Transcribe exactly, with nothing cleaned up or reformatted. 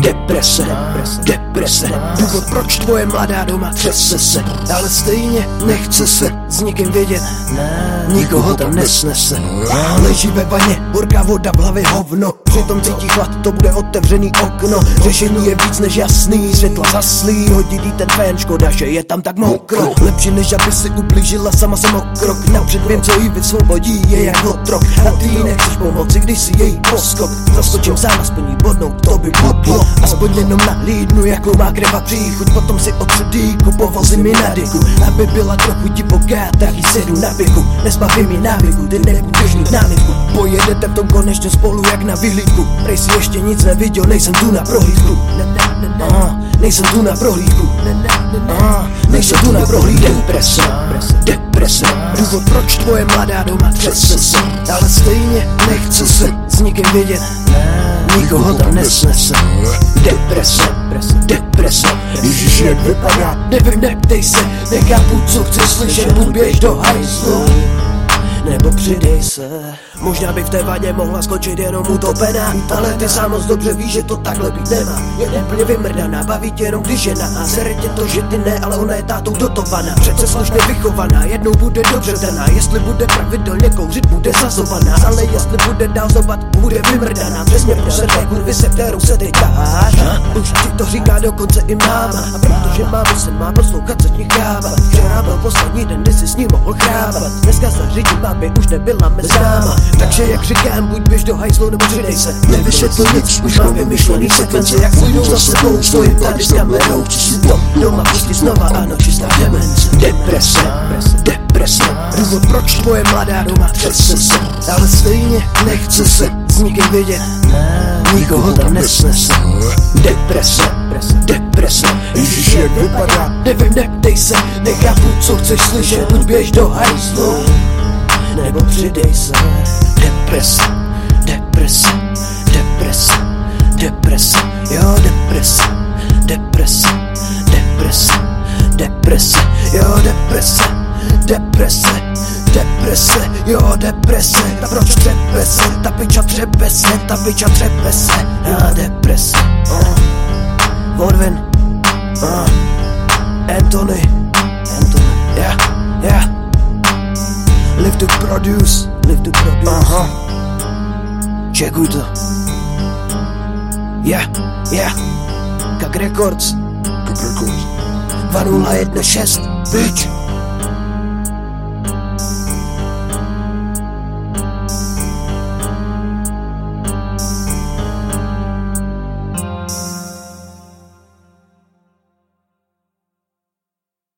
Deprese, deprese, důvod proč tvoje mladá doma třese se, ale stejně nechce se s nikým vědět, nikoho tam nesnese. Leží ve vaně, horká voda v hlavě hovno, přitom cítí chlad, to bude otevřený okno. Řešení je víc než jasný, světla zaslí, hodí ten fén, škoda, že je tam tak mokro. Lepší než aby si ublížila, sama jsem o krok napřed, vím, co jí vysvobodí, je jak otrok. A ty jí nechceš pomoci, když si její poskok. Zaskočím sám, aspoň jí bodnout, to by bodlo. Aspoň jenom nahlídnu, jakou má kreva příchuť, potom si otřu dýku, povozím mi na dyku. Aby byla trochu divoká, tak jí sedu na věku. Nezbavím ji návyku, ty nebudeš mít námitku. Pojedete v tom konečně spolu jak na vyhlídku. Prej si ještě nic neviděl, nejsem tu na prohlídku. Ah, nejsem tu na prohlídku. Ah, nejsem tu na prohlídku. Deprese, deprese, důvod proč tvoje mladá doma třese se, ale stejně nechce se s nikým vědět, nikoho tam nesnese. Deprese, deprese, Ježíš, jak vypadá? Nevím, neptej se, nechápu, co chceš slyšet, buď běž do hajzlu, nebo přidej se. Možná by v té vaně mohla skočit jenom utopená, ale ty sám moc dobře víš, že to takhle být nemá. Je úplně vymrdaná, baví tě jenom když žena a sere tě to, že ty ne, ale ona je tátou dotovaná. Přece slušně vychovaná, jednou bude dobře daná. Jestli bude pravidelně kouřit, bude zazovaná, ale jestli bude dál zobat, bude vymrdaná. Přesně pro té kurvy, se kterou se ty taháš. Už ti to říká dokonce i máma, a protože máma se má poslouchat, co ti chávat. Včera byl poslední den, kdy si s ním mohl chrávat. Dneska zařídí mámy, už nebyla mezi náma. Takže jak říkám, buď běž do hajzlu nebo přidej se. Nevysvětl nic, už mám vymyšlený sekvence, jak půjdou za sebou, stojím tady s kamerou. Chci si to doma pustit znova, ano, čistá demence. Deprese, deprese, důvod proč tvoje mladá doma třese se, ale stejně nechce se s nikým vědět, nikoho tam nesnese. Deprese, deprese, Ježíš, jak vypadá? Nevím, neptej se, nechápu, co chceš slyšet, buď běž do hajzlu, nebo přidej se. Deprese, deprese, deprese, deprese, jo, deprese, deprese, deprese, deprese, jo, deprese, deprese, deprese, jo, deprese. Ta proč třepe se, ta piča třepe se, ta piča třepe se, jo, deprese. Oh. Vodvin, oh. Anthony, Anthony, yeah, yeah. Live to produce, live to produce. Aha. Čekuj to. Yeah, yeah. Kak Records. Kak Records. dva nula jedna šest, bitch.